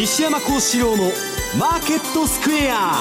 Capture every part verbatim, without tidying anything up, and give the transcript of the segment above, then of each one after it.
西山幸四郎のマーケットスクエア。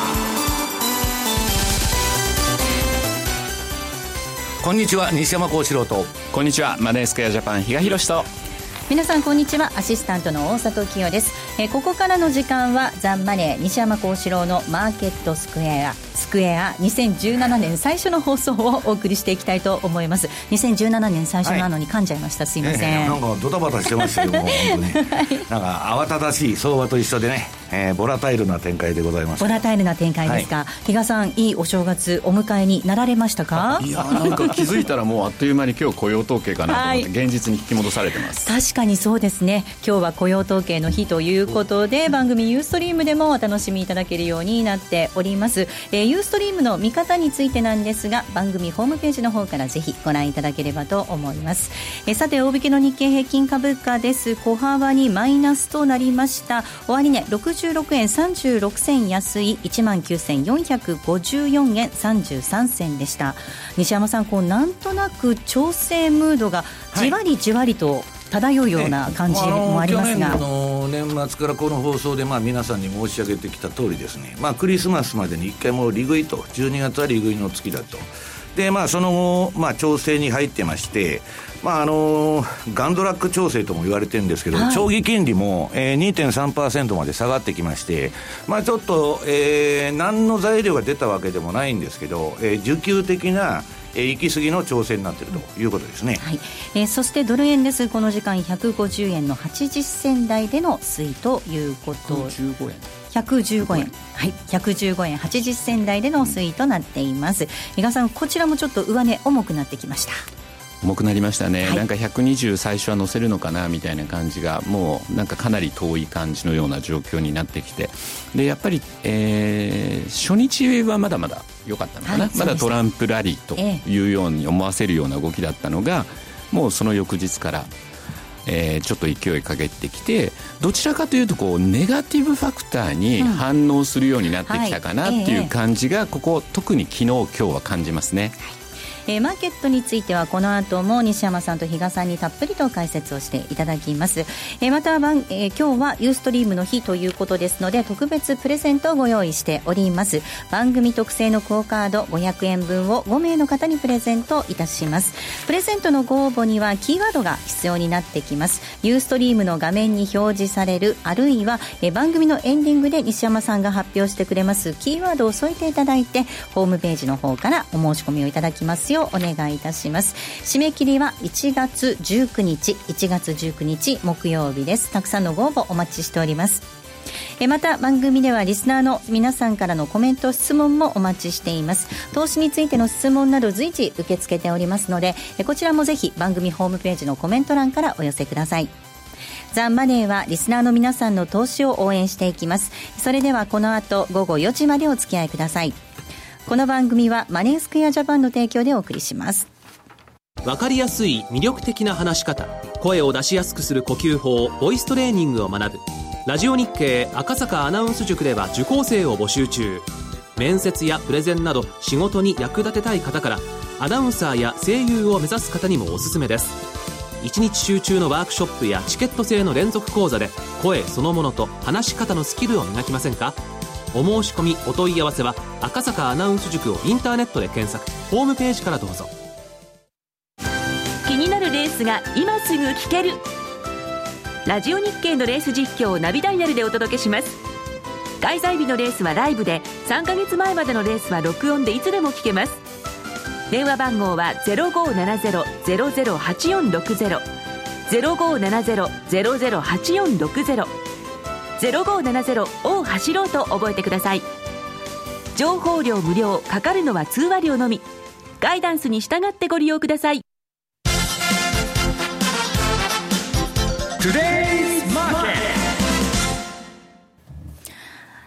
こんにちは、西山幸四郎と。 こんにちは、マネースクエアジャパン比嘉宏と。 皆さんこんにちは、アシスタントの大里清です。えー、ここからの時間はザンマネー西山幸四郎のマーケットスクエアスクエアにせんじゅうななねん最初の放送をお送りしていきたいと思います。にせんじゅうななねん最初なのに噛んじゃいました、はい、すいません、 えー、なんかドタバタしてましたよもう本当に、はい、なんか慌ただしい相場と一緒でね、えー、ボラタイルな展開でございます。 ボラタイルな展開ですか、はい、比嘉さん、いいお正月お迎えになられましたか？ いや、なんか気づいたらもうあっという間に今日雇用統計かなと思って、はい、現実に引き戻されてます。 確かにそうですね。今日は雇用統計の日ということで、番組ユーストリームでもお楽しみいただけるようになっております。えー、ユーストリームの見方についてなんですが、番組ホームページの方からぜひご覧いただければと思います。えー、さて、大引けの日経平均株価です。小幅にマイナスとなりました。終値ろくじゅうろくえんさんじゅうろくせん安い いちまんきゅうせんよんひゃくごじゅうよんえんさんじゅうさんせんでした。西山さん、こうなんとなく調整ムードがじわりじわりと漂うような感じもありますが、 去年の年末からこの放送でまあ皆さんに申し上げてきた通りですね、まあ、クリスマスまでにいっかいも利食いと、じゅうにがつは利食いの月だと。で、まあ、その後、まあ、調整に入ってまして、まあ、あのガンドラック調整とも言われてるんですけど、はい、長期金利も、えー、にてんさんパーセント まで下がってきまして、まあ、ちょっと、えー、何の材料が出たわけでもないんですけど、えー、需給的なえー、行き過ぎの調整になっているということですね。 はい、えー、そしてドル円です。この時間ひゃくごじゅうえんのはちじゅっせん台での推移ということで、ひゃくじゅうごえんひゃくじゅうごえん、はい、ひゃくじゅうごえんはちじゅっせん台での推移となっています。比嘉さん、こちらもちょっと上値重くなってきました。 重くなりましたね、はい、なんかひゃくにじゅう最初は乗せるのかなみたいな感じが、もうなんかかなり遠い感じのような状況になってきて、でやっぱり、えー、初日はまだまだ良かったのかな、はい、まだトランプラリーというように思わせるような動きだったのが、もうその翌日から、えー、ちょっと勢いかけてきて、どちらかというとこうネガティブファクターに反応するようになってきたかなっていう感じが、ここ特に昨日今日は感じますね。 えー、マーケットについてはこの後も西山さんと比嘉さんにたっぷりと解説をしていただきます。えー、また番、えー、今日はユーストリームの日ということですので、特別プレゼントをご用意しております。番組特製のクオカードごひゃくえんぶんをごめいの方にプレゼントいたします。プレゼントのご応募にはキーワードが必要になってきます。ユーストリームの画面に表示される、あるいは、えー、番組のエンディングで西山さんが発表してくれますキーワードを添えていただいて、ホームページの方からお申し込みをいただきますようお願いいたします。締め切りはいちがつじゅうくにちいちがつじゅうくにち木曜日です。たくさんのご応募お待ちしております。えまた番組ではリスナーの皆さんからのコメント質問もお待ちしています。投資についての質問など随時受け付けておりますので、えこちらもぜひ番組ホームページのコメント欄からお寄せください。ザ・マネーはリスナーの皆さんの投資を応援していきます。それではこの後ごごよじまでお付き合いください。この番組はマネースクエアジャパンの提供でお送りします。 わかりやすい魅力的な話し方、声を出しやすくする呼吸法、ボイストレーニングを学ぶラジオ日経赤坂アナウンス塾では受講生を募集中。面接やプレゼンなど仕事に役立てたい方から、アナウンサーや声優を目指す方にもおすすめです。いちにち集中のワークショップやチケット制の連続講座で、声そのものと話し方のスキルを磨きませんか？お申し込みお問い合わせは赤坂アナウンス塾をインターネットで検索、ホームページからどうぞ。 気になるレースが今すぐ聞ける。ラジオ日経のレース実況をナビダイヤルでお届けします。開催日のレースはライブで、さんかげつまえまでのレースは録音でいつでも聞けます。電話番号は ゼロごーななゼロ ゼロゼロはちよんろくゼロ ゼロごーななゼロ ゼロゼロはちよんろくゼロ ゼロごーななゼロを走ろうと覚えてください。情報量無料、かかるのは通話料のみ。ガイダンスに従ってご利用ください。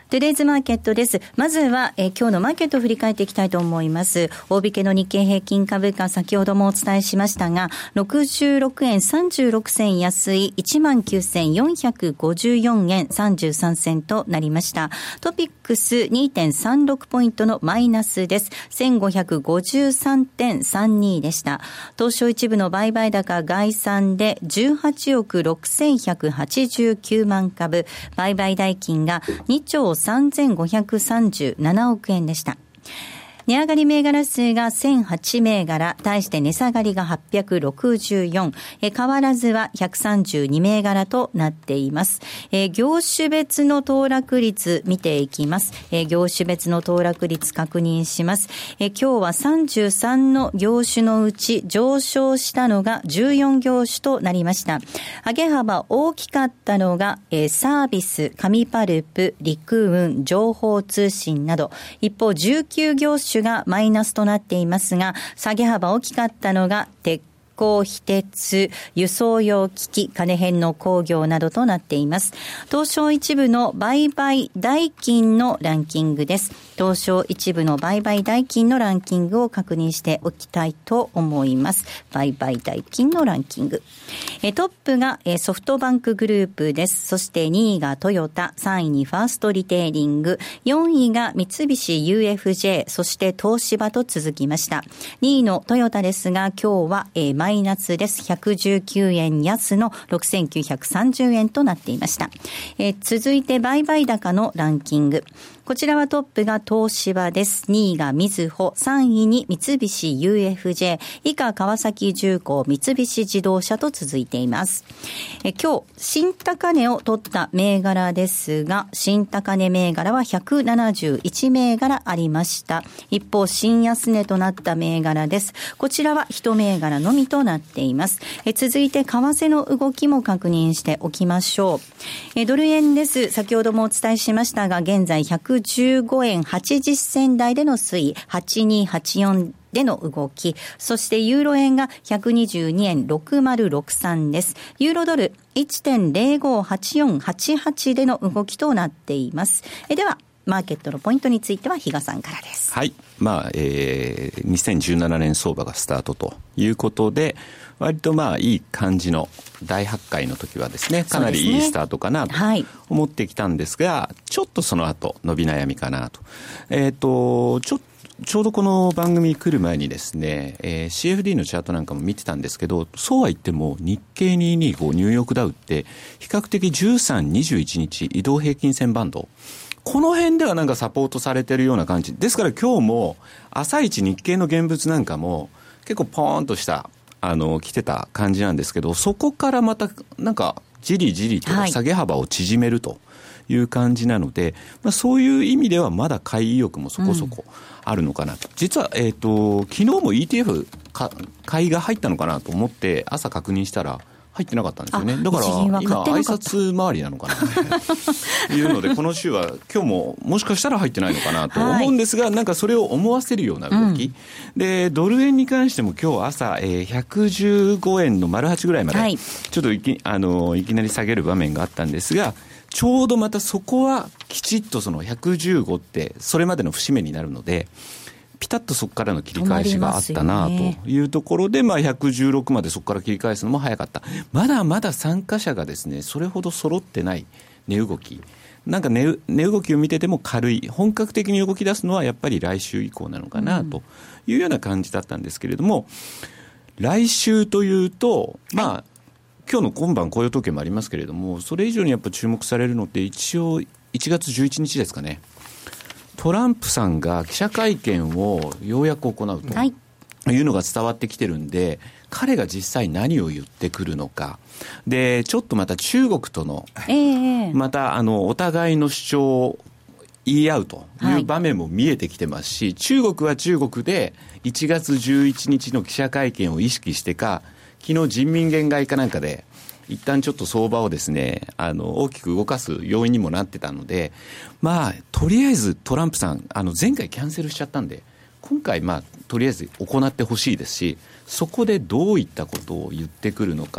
トゥデイズマーケットです。まずは、えー、今日のマーケットを振り返っていきたいと思います。大引けの日経平均株価、先ほどもお伝えしましたが、ろくじゅうろくえんさんじゅうろくせん安い いちまんきゅうせんよんひゃくごじゅうよんえんさんじゅうさんせんとなりました。トピックス にてんさんろく ポイントのマイナスです。せんごひゃくごじゅうさんてんさんに でした。東証一部の売買高概算でじゅうはちおくろくせんひゃくはちじゅうきゅうまんかぶ、売買代金がにちょうさんぜんごひゃくさんじゅうななおくえんでした。値上がり銘柄数がせんはちめいがら、対して値下がりがはっぴゃくろくじゅうよん、え変わらずはひゃくさんじゅうにめいがらとなっています。え業種別の騰落率見ていきます。え業種別の騰落率確認します。え今日はさんじゅうさんの業種のうち上昇したのがじゅうよんぎょうしゅとなりました。上げ幅大きかったのが、えサービス、紙パルプ、陸運、情報通信など、一方じゅうきゅうぎょうしゅがマイナスとなっていますが、下げ幅大きかったのが鉄鋼、非鉄、輸送用機器、金編の工業などとなっています。東証一部の売買代金のランキングです。東証一部の売買代金のランキングを確認しておきたいと思います。売買代金のランキング。えトップがえソフトバンクグループです。そしてにいがトヨタ、さんいにファーストリテイリング、よんいが三菱 ユーエフジェー、そして東芝と続きました。にいのトヨタですが、今日はえマイナスです。ひゃくじゅうきゅうえん安のろくせんきゅうひゃくさんじゅうえんとなっていました。え続いて売買高のランキング。こちらはトップが東芝です。にいがみずほ、さんいに三菱 ユーエフジェー、以下川崎重工、三菱自動車と続いています。え今日、新高値を取った銘柄ですが、新高値銘柄はひゃくななじゅういちめいがらありました。一方、新安値となった銘柄です。こちらは一銘柄のみとなっています。え続いて、為替の動きも確認しておきましょう。えドル円です。先ほどもお伝えしましたが、現在ひゃくじゅうごえんはちじゅっせん台での推移、はちにはちよんでの動き、そしてユーロ円がひゃくにじゅうにえんろくまるろくさんです。ユーロドル いってんぜろごはちよんはちはち での動きとなっています。えではマーケットのポイントについては比嘉さんからです。 はい、まあえー、にせんじゅうななねん相場がスタートということで、割とまあいい感じの大発会の時はですね、かなりいいスタートかなと思ってきたんですが、はい、ちょっとその後伸び悩みかなと。えっとちょっとちょうどこの番組来る前にですね、えー、シーエフディー のチャートなんかも見てたんですけど、そうは言っても日経にひゃくにじゅうご、ニューヨークダウって比較的じゅうさん、にじゅういちにち移動平均線バンド、この辺ではなんかサポートされてるような感じですから、今日も朝一日経の現物なんかも結構ポーンとしたあの来てた感じなんですけど、そこからまたなんかじりじりと下げ幅を縮めるという感じなので、はい、まあ、そういう意味ではまだ買い意欲もそこそこあるのかなと、うん、実は、えーと、昨日も イーティーエフ か買いが入ったのかなと思って朝確認したら入ってなかったんですよね。だから今挨拶回りなのかなというので、この週は今日ももしかしたら入ってないのかなと思うんですが、はい、なんかそれを思わせるような動き、うん、でドル円に関しても今日朝、えー、ひゃくじゅうごえんの丸はちぐらいまで、はい、ちょっといき、あのいきなり下げる場面があったんですが、ちょうどまたそこはきちっとそのひゃくじゅうごってそれまでの節目になるので、ピタッとそこからの切り返しがあったなというところで、まあひゃくじゅうろくまでそこから切り返すのも早かった。まだまだ参加者がですね、それほど揃ってない値動き、なんか 値, 値動きを見てても軽い、本格的に動き出すのはやっぱり来週以降なのかなというような感じだったんですけれども、うん、来週というと、まあ、はい、今日の今晩雇用統計もありますけれども、それ以上にやっぱ注目されるのって一応いちがつじゅういちにちですかね。トランプさんが記者会見をようやく行うと、はい、いうのが伝わってきてるんで、彼が実際何を言ってくるのかで、ちょっとまた中国との、えー、またあのお互いの主張を言い合うという場面も見えてきてますし、はい、中国は中国でいちがつじゅういちにちの記者会見を意識してか、昨日人民元買いかなんかで一旦ちょっと相場をですね、あの大きく動かす要因にもなってたので、まあとりあえずトランプさん、あの前回キャンセルしちゃったんで、今回まあとりあえず行ってほしいですし、そこでどういったことを言ってくるのか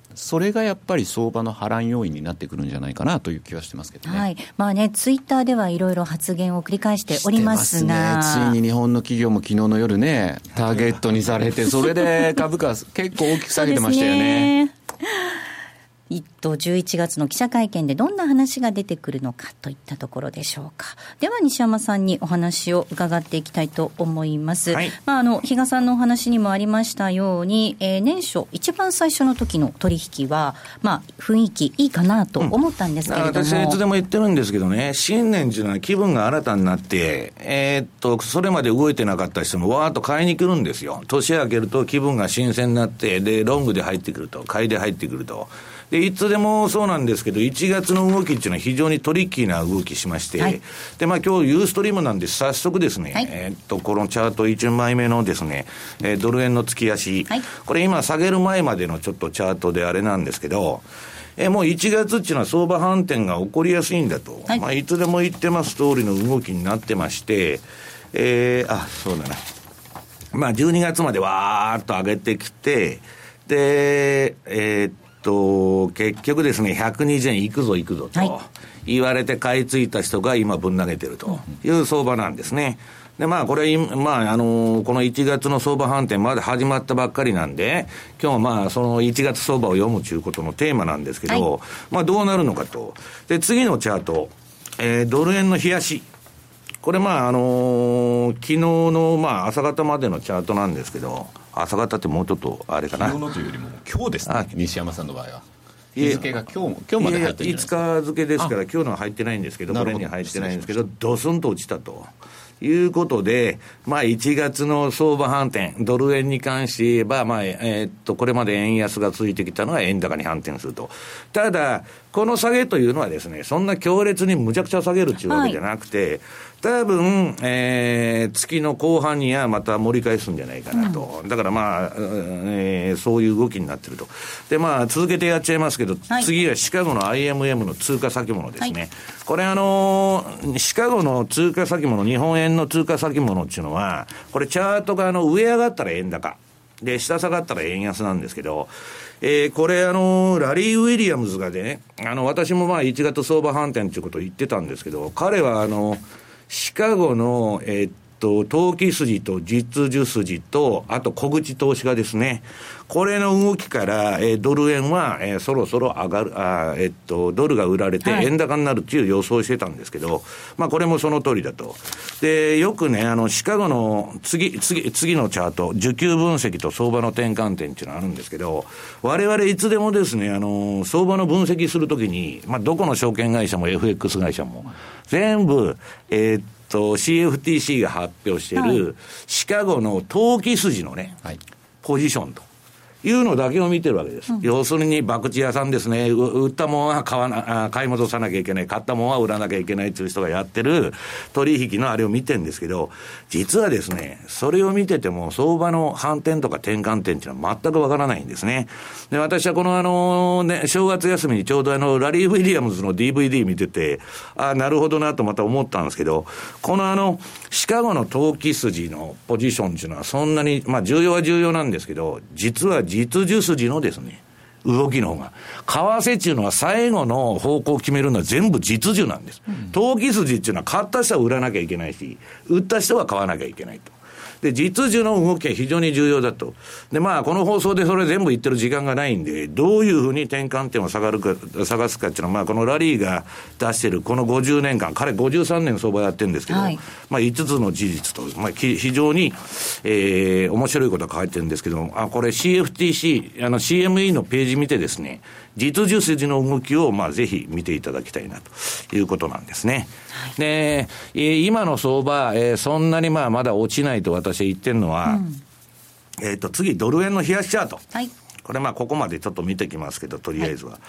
それがやっぱり相場の波乱要因になってくるんじゃないかなという気はしてますけどね。 はい、まあね、ツイッターではいろいろ発言を繰り返しておりますが、 してますね、ついに日本の企業も昨日の夜ねターゲットにされて、それで株価結構大きく下げてましたよね。 一等じゅういちがつの記者会見でどんな話が出てくるのかといったところでしょうか。では西山さんにお話を伺っていきたいと思います、はい。まあ、あの比嘉さんのお話にもありましたように、えー、年初一番最初の時の取引は、まあ、雰囲気いいかなと思ったんですけれども、うん、 私はいつでも言ってるんですけどね、新年というのは気分が新たになって、えー、っとそれまで動いてなかった人もわーっと買いに来るんですよ。年明けると気分が新鮮になって、でロングで入ってくると、買いで入ってくると、でいつでもそうなんですけど、いちがつの動きっていうのは非常にトリッキーな動きしまして、はい、でまあ今日ユーストリームなんで早速ですね、はい、えー、っとこのチャートいちまいめのですね、えー、ドル円の月足、はい、これ今下げる前までのちょっとチャートであれなんですけど、えー、もういちがつっていうのは相場反転が起こりやすいんだと、はい、まあ、いつでも言ってます通りの動きになってまして、えー、あそうだな、まあじゅうにがつまでわーっと上げてきて、でえー、っと結局ですねひゃくにじゅうえんいくぞいくぞと言われて買い付いた人が今ぶん投げてるという相場なんですね。でまあこれ、まああのー、このいちがつの相場反転まだ始まったばっかりなんで、今日はまあそのいちがつ相場を読むということのテーマなんですけど、はい、まあどうなるのかと。で次のチャート、えー、ドル円の冷やし、これまああのー、昨日のまあ朝方までのチャートなんですけど、朝方ってもうちょっとあれかな、 昨日のというよりも今日ですね、西山さんの場合は日付が今日、今日まで入ってるんじゃないですか。 いつか付ですから今日のは入ってないんですけど、これには入ってないんですけど、ドスンと落ちたということで、まあいちがつの相場反転、ドル円に関して言えば、まあ、えー、っと、これまで円安が続いてきたのが円高に反転すると。ただ、この下げというのはですね、そんな強烈にむちゃくちゃ下げるっていうわけじゃなくて、はい、多分、えー、月の後半にはまた盛り返すんじゃないかなと。うん、だからまあ、えー、そういう動きになってると。で、まあ、続けてやっちゃいますけど、はい、次はシカゴの アイエムエム の通貨先物ですね。はい、これあのー、シカゴの通貨先物、日本円の通貨先物っていうのは、これチャートがあの上上がったら円高。で、下下がったら円安なんですけど、えー、これあの、ラリー・ウィリアムズがね、あの、私もまあいちがつ相場反転ということを言ってたんですけど、彼はあの、シカゴの、えー、っと、投機筋と実需筋と、あと小口投資家ですね。これの動きから、えー、ドル円は、えー、そろそろ上がる、あえー、っと、ドルが売られて円高になるっていう予想をしてたんですけど、はい、まあこれもその通りだと。で、よくね、あの、シカゴの次、次、次のチャート、需給分析と相場の転換点っていうのがあるんですけど、我々いつでもですね、あの、相場の分析するときに、まあどこの証券会社も エフエックス 会社も、全部、えー、っと、シーエフティーシー が発表している、はい、シカゴの投機筋のね、はい、ポジションと。いうのだけを見てるわけです。うん、要するに、博打屋さんですね。売ったもんは買わな、買い戻さなきゃいけない。買ったもんは売らなきゃいけないという人がやってる取引のあれを見てるんですけど、実はですね、それを見てても相場の反転とか転換点っていうのは全くわからないんですね。で、私はこのあの、ね、正月休みにちょうどあの、ラリー・ウィリアムズの ディーブイディー 見てて、あ、なるほどなとまた思ったんですけど、このあの、シカゴの投機筋のポジションっていうのはそんなに、まあ重要は重要なんですけど、実は実需筋のですね、動きの方が。為替っていうのは最後の方向を決めるのは全部実需なんです。うん、投機筋っていうのは買った人は売らなきゃいけないし、売った人は買わなきゃいけないと。で、実需の動きは非常に重要だと。で、まあ、この放送でそれ全部言ってる時間がないんで、どういうふうに転換点を下がるか、探すかっていうのは、まあ、このラリーが出してるこのごじゅうねんかん、彼ごじゅうさんねん相場やってるんですけど、はい、まあ、いつつの事実と、まあ、非常に、えー、面白いことが書いてるんですけど、あ、これ シーエフティーシー、あの シーエムイー のページ見てですね、実需筋の動きを、まあ、ぜひ見ていただきたいなということなんですね。はい、で、今の相場、えー、そんなにまあ、まだ落ちないと私は言ってるのは、うん、えっと、次、ドル円の冷やしチャート。はい。これまあ、ここまでちょっと見てきますけど、とりあえずは。はい、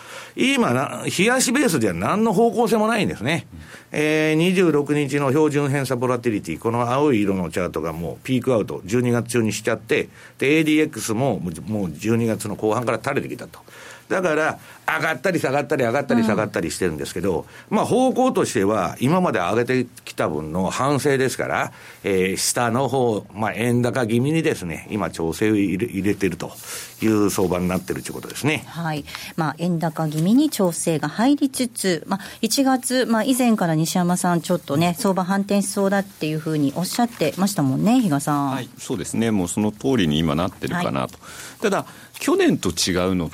今な、冷やしベースでは何の方向性もないんですね。うん、えー、にじゅうろくにちの標準偏差ボラティリティ、この青い色のチャートがもうピークアウト、じゅうにがつ中にしちゃって、で、エーディーエックス ももうじゅうにがつの後半から垂れてきたと。 だから上がったり下がったり上がったり下がったりしてるんですけど、うん、まあ方向としては今まで上げてきた分の反省ですから、えー、下の方、まあ円高気味にですね、今調整を入れ、入れてるという相場になってるということですね。 はい。まあ円高気味に調整が入りつつ、まあいちがつ、まあ以前から西山さんちょっとね、相場反転しそうだっていうふうにおっしゃってましたもんね、比嘉さん。 はい、そうですね。もうその通りに今なってるかなと。はい、ただ去年と違うのって、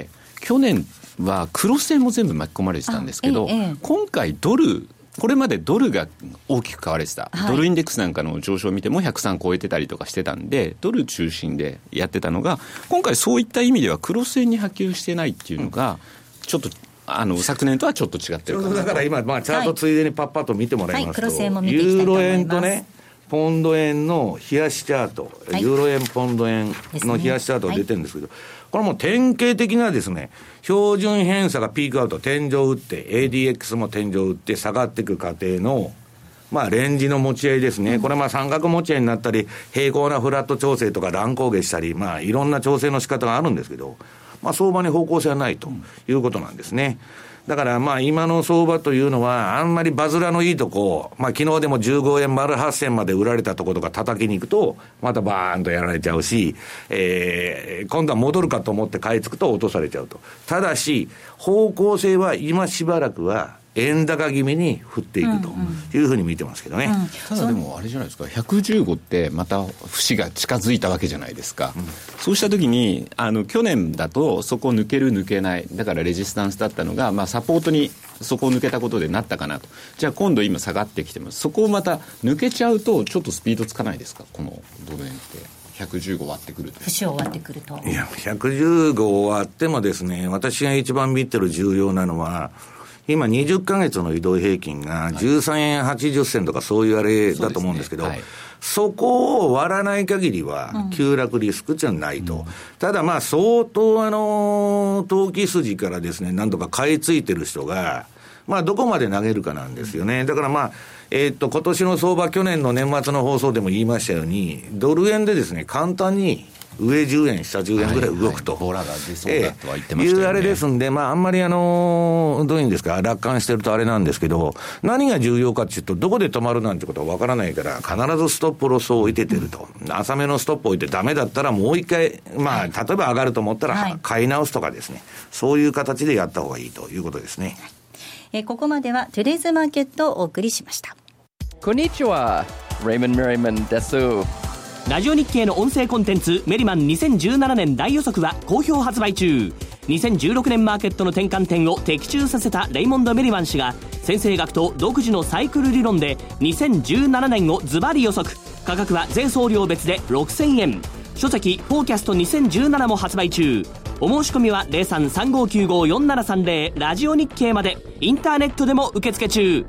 去年は黒線も全部巻き込まれてたんですけど、ええ、今回ドル、これまでドルが大きく買われてた、はい、ドルインデックスなんかの上昇を見てもひゃくさん超えてたりとかしてたんで、ドル中心でやってたのが、今回そういった意味では黒線に波及してないっていうのがちょっとあの昨年とはちょっと違ってるかなと。 だから今、まあ、チャートついでにパッパッと見てもらいますと、はい、 黒線も見ていきたいと思います。 ユーロ円とね、ポンド円の冷やしチャート、はい、ユーロ円ポンド円の冷やしチャートが出てるんですけど、ね、はい、これも典型的なですね、標準偏差がピークアウト、天井打って エーディーエックス も天井打って下がっていく過程のまあレンジの持ち合いですね、うん、これまあ三角持ち合いになったり平行なフラット調整とか乱高下したり、まあいろんな調整の仕方があるんですけど、まあ相場に方向性はないということなんですね。だからまあ今の相場というのはあんまりバズラのいいとこ、まあ昨日でもじゅうごえん丸はっ銭まで売られたところとか叩きに行くとまたバーンとやられちゃうし、えー、今度は戻るかと思って買い付くと落とされちゃうと。ただし方向性は今しばらくは円高気味に振っていくというふうに見てますけどね、うんうん、 ただでもあれじゃないですか、ひゃくじゅうごってまた節が近づいたわけじゃないですか、うん、そうした時にあの去年だとそこを抜ける抜けない、だからレジスタンスだったのが、まあ、サポートにそこを抜けたことでなったかなと。じゃあ今度今下がってきてます。そこをまた抜けちゃうとちょっとスピードつかないですか、このドル円ってひゃくじゅうご割ってくると、 節を割ってくると。 いやひゃくじゅうご割ってもですね、私が一番見てる重要なのは今にじゅっかげつの移動平均がじゅうさんえんはちじゅっ銭とかそういうあれだと思うんですけど、 そ, です、ね、はい、そこを割らない限りは急落リスクじゃないと、うん、ただまあ相当あの投機筋からですね、なんとか買い付いてる人がまあどこまで投げるかなんですよね。だからまあえー、っと今年の相場、去年の年末の放送でも言いましたように、ドル円でですね簡単に上じゅうえん下じゅうえんぐらい動くと、はいはい、ボラが出そうだとは言ってましたよね、いうあれですんで、まああんまりあのどういうんですか、楽観してるとあれなんですけど、何が重要かっていうと、どこで止まるなんてことはわからないから、必ずストップロスを置いててると、うん、浅めのストップを置いてダメだったらもう一回、まあ例えば上がると思ったら買い直すとかですね、はい、そういう形でやった方がいいということですね。はい、 えー、ここまではトゥデイズマーケットをお送りしました。 こんにちは、レイモン・メリマンです。 ラジオ日経の音声コンテンツメリマンにせんじゅうななねん大予測は好評発売中。にせんじゅうろくねんマーケットの転換点を的中させたレイモンド・メリマン氏が先生学と独自のサイクル理論でにせんじゅうななねんをズバリ予測。価格は税送料別でろくせんえん。書籍フォーキャストにせんじゅうななも発売中。お申し込みは ゼロさん さんごきゅうご よんななさんゼロ ラジオ日経まで。インターネットでも受付中。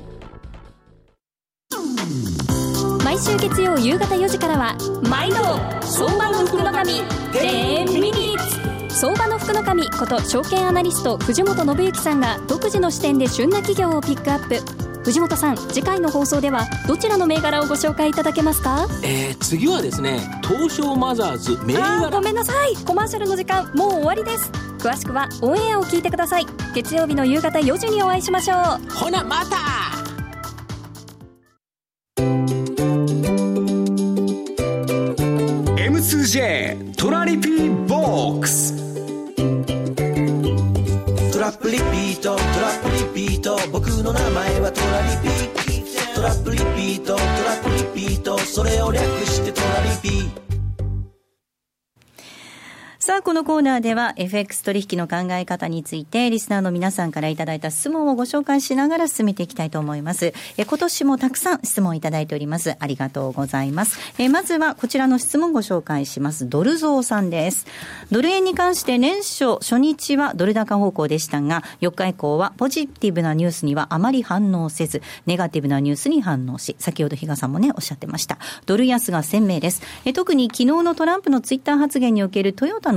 毎週月曜夕方よじからは毎度相場の福の神じゅうミニッツ。相場の福の神こと証券アナリスト藤本信之さんが独自の視点で旬な企業をピックアップ。藤本さん、次回の放送ではどちらの銘柄をご紹介いただけますか？ えー、次はですね、東証マザーズ銘柄。 あー、ごめんなさい、コマーシャルの時間もう終わりです。詳しくはオンエアを聞いてください。月曜日の夕方よじにお会いしましょう。 ほなまた。 エムツージェー トラリピーボックス。 トラップリピート、トラップリピート、僕の名前はトラリピ。トラップリピート、トラップリピート、それを略してトラリピ。 さあこのコーナーでは エフエックス 取引の考え方についてリスナーの皆さんからいただいた質問をご紹介しながら進めていきたいと思います。え今年もたくさん質問いただいております。ありがとうございます。えまずはこちらの質問をご紹介します。ドルゾーさんです。ドル円に関して年初初日はドル高方向でしたが、よっか以降はポジティブなニュースにはあまり反応せず、ネガティブなニュースに反応し、先ほど比嘉さんもねおっしゃってました。ドル安が鮮明です。え特に昨日のトランプのツイッター発言におけるトヨタの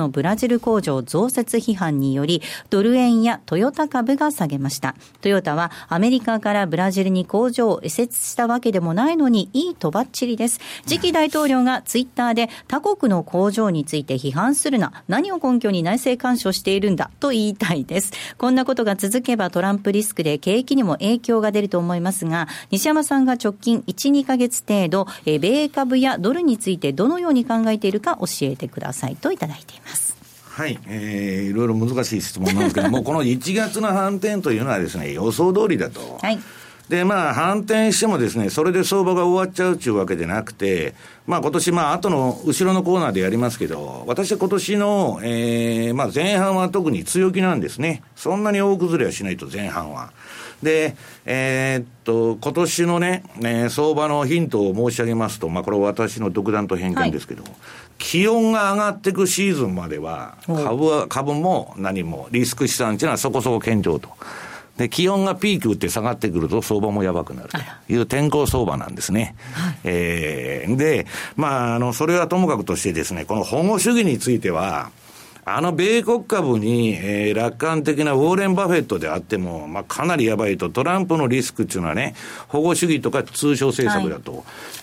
のブラジル工場増設批判によりドル円やトヨタ株が下げました。トヨタはアメリカからブラジルに工場を移設したわけでもないのにいいとばっちりです。次期大統領がツイッターで他国の工場について批判するな、何を根拠に内政干渉しているんだと言いたいです。こんなことが続けばトランプリスクで景気にも影響が出ると思いますが、西山さんが直近 いち、にかげつ程度米株やドルについてどのように考えているか教えてくださいといただいています。 はい、えー、いろいろ難しい質問なんですけどもこのいちがつの反転というのはですね予想通りだと、はい、でまあ反転してもですねそれで相場が終わっちゃうというわけでなくて、まあ今年まあ後の後ろのコーナーでやりますけど、私は今年の、えー、まあ前半は特に強気なんですね。そんなに大崩れはしないと前半は。で、えー、っと今年のね、ね相場のヒントを申し上げますと、まあこれは私の独断と偏見ですけど、はい、気温が上がっていくシーズンまでは株は株も何もリスク資産というのはそこそこ堅調と。で気温がピーク打って下がってくると相場もやばくなるという天候相場なんですね、はい、えー、でまああのそれはともかくとしてですね、この保護主義についてはあの米国株に、えー、楽観的なウォーレン・バフェットであっても、まあ、かなりやばいと。トランプのリスクっていうのはね、保護主義とか通商政策だと、はい、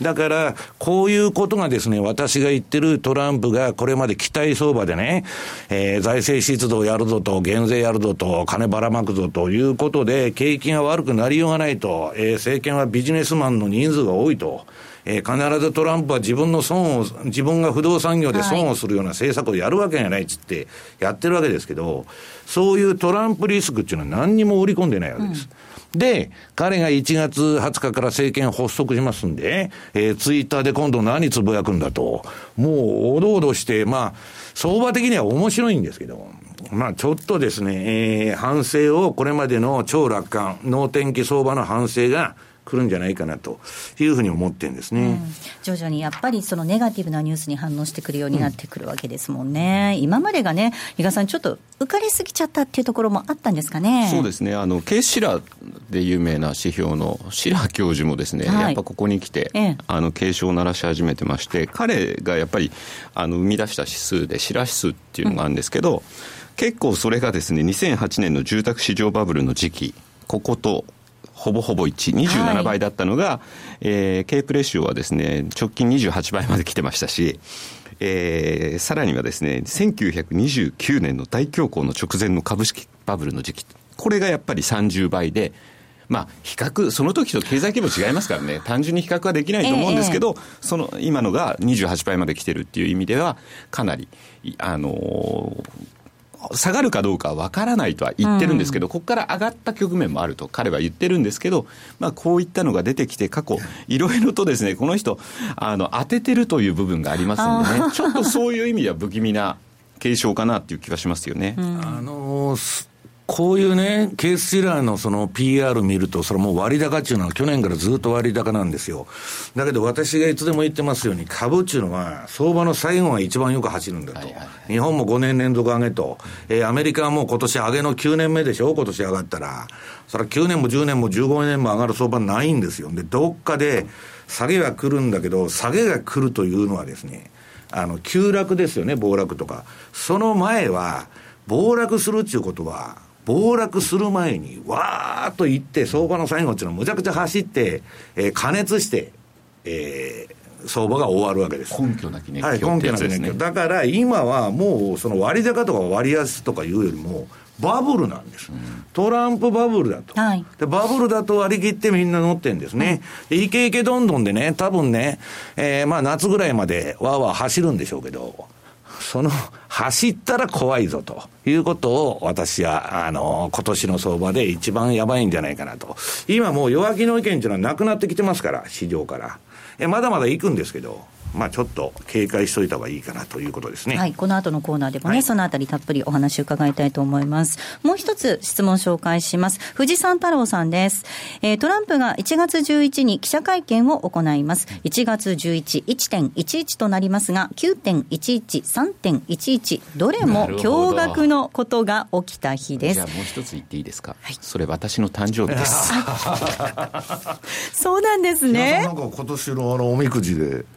だからこういうことがですね、私が言ってるトランプがこれまで期待相場でね、えー、財政出動やるぞと、減税やるぞと、金ばらまくぞということで景気が悪くなりようがないと、えー、政権はビジネスマンの人数が多いと、えー、必ずトランプは自分の損を、自分が不動産業で損をするような政策をやるわけがないっつってやってるわけですけど、そういうトランプリスクっていうのは何にも織り込んでないわけです。うん、で、彼がいちがつはつかから政権発足しますんで、えー、ツイッターで今度何つぶやくんだと、もうおどおどして、まあ、相場的には面白いんですけど、まあちょっとですね、えー、反省をこれまでの超楽観、能天気相場の反省が来るんじゃないかなというふうに思ってるんですね、うん、 徐々にやっぱりそのネガティブなニュースに反応してくるようになってくるわけですもんね、うん、今までがね、比嘉さんちょっと浮かれすぎちゃったっていうところもあったんですかね。 そうですね、あのケイ・シラーで有名な指標のシラー教授もですね、はい、やっぱここに来て、ええ、あの警鐘を鳴らし始めてまして、彼がやっぱりあの生み出した指数でシラー指数っていうのがあるんですけど、うん、結構それがですねにせんはちねんの住宅市場バブルの時期、こことほぼほぼいち、にじゅうななばいだったのが、はい、えー、K プレシオはですね直近にじゅうはちばいまで来てましたし、えー、さらにはですねせんきゅうひゃくにじゅうきゅうねんの大恐慌の直前の株式バブルの時期、これがやっぱりさんじゅうばいで、まあ比較その時と経済規模違いますからね、単純に比較はできないと思うんですけど、ええ、その今のがにじゅうはちばいまで来てるっていう意味ではかなりあのー下がるかどうかは分からないとは言ってるんですけど、うん、ここから上がった局面もあると彼は言ってるんですけど、まあ、こういったのが出てきて過去いろいろとですねこの人あの当ててるという部分がありますんでね、ちょっとそういう意味では不気味な継承かなっていう気がしますよね、うん、 あのーこういうね、ケースシラーのその ピーアール 見ると、それもう割高っていうのは去年からずっと割高なんですよ。だけど私がいつでも言ってますように、株っていうのは相場の最後が一番よく走るんだと。はいはいはい、日本もごねん連続上げと、えー、アメリカはもう今年上げのきゅうねんめでしょ、今年上がったら。それはきゅうねんもじゅうねんもじゅうごねんも上がる相場ないんですよ。で、どっかで下げは来るんだけど、下げが来るというのはですね、あの、急落ですよね、暴落とか。その前は、暴落するっていうことは、暴落する前にわーっといって相場の最後っていうのはむちゃくちゃ走って、えー、加熱して、えー、相場が終わるわけです。 根拠なき熱狂、 はい、根拠なき熱狂。だから今はもうその割高とか割安とかいうよりもバブルなんです、うん、トランプバブルだと、はい、でバブルだと割り切ってみんな乗ってんですね、うん、でイケイケどんどんでね、多分ね、えー、まあ夏ぐらいまでわーわー走るんでしょうけど、その走ったら怖いぞということを私はあの今年の相場で一番やばいんじゃないかなと。今もう弱気の意見というのはなくなってきてますから、市場からえまだまだ行くんですけど、まあちょっと警戒しといた方がいいかなということですね。 はい、この後のコーナーでもね、はい、そのあたりたっぷりお話を伺いたいと思います。もう一つ質問紹介します。藤さん太郎さんです。えー、トランプがいちがつじゅういちに記者会見を行います。いちがつじゅういち、いちてんいちいち となりますが きゅうてんいちいち、さんてんいちいち どれも驚愕のことが起きた日です。 じゃあもう一つ言っていいですか、はい、それ私の誕生日ですそうなんですね。 なんか今年のあのおみくじで今日引き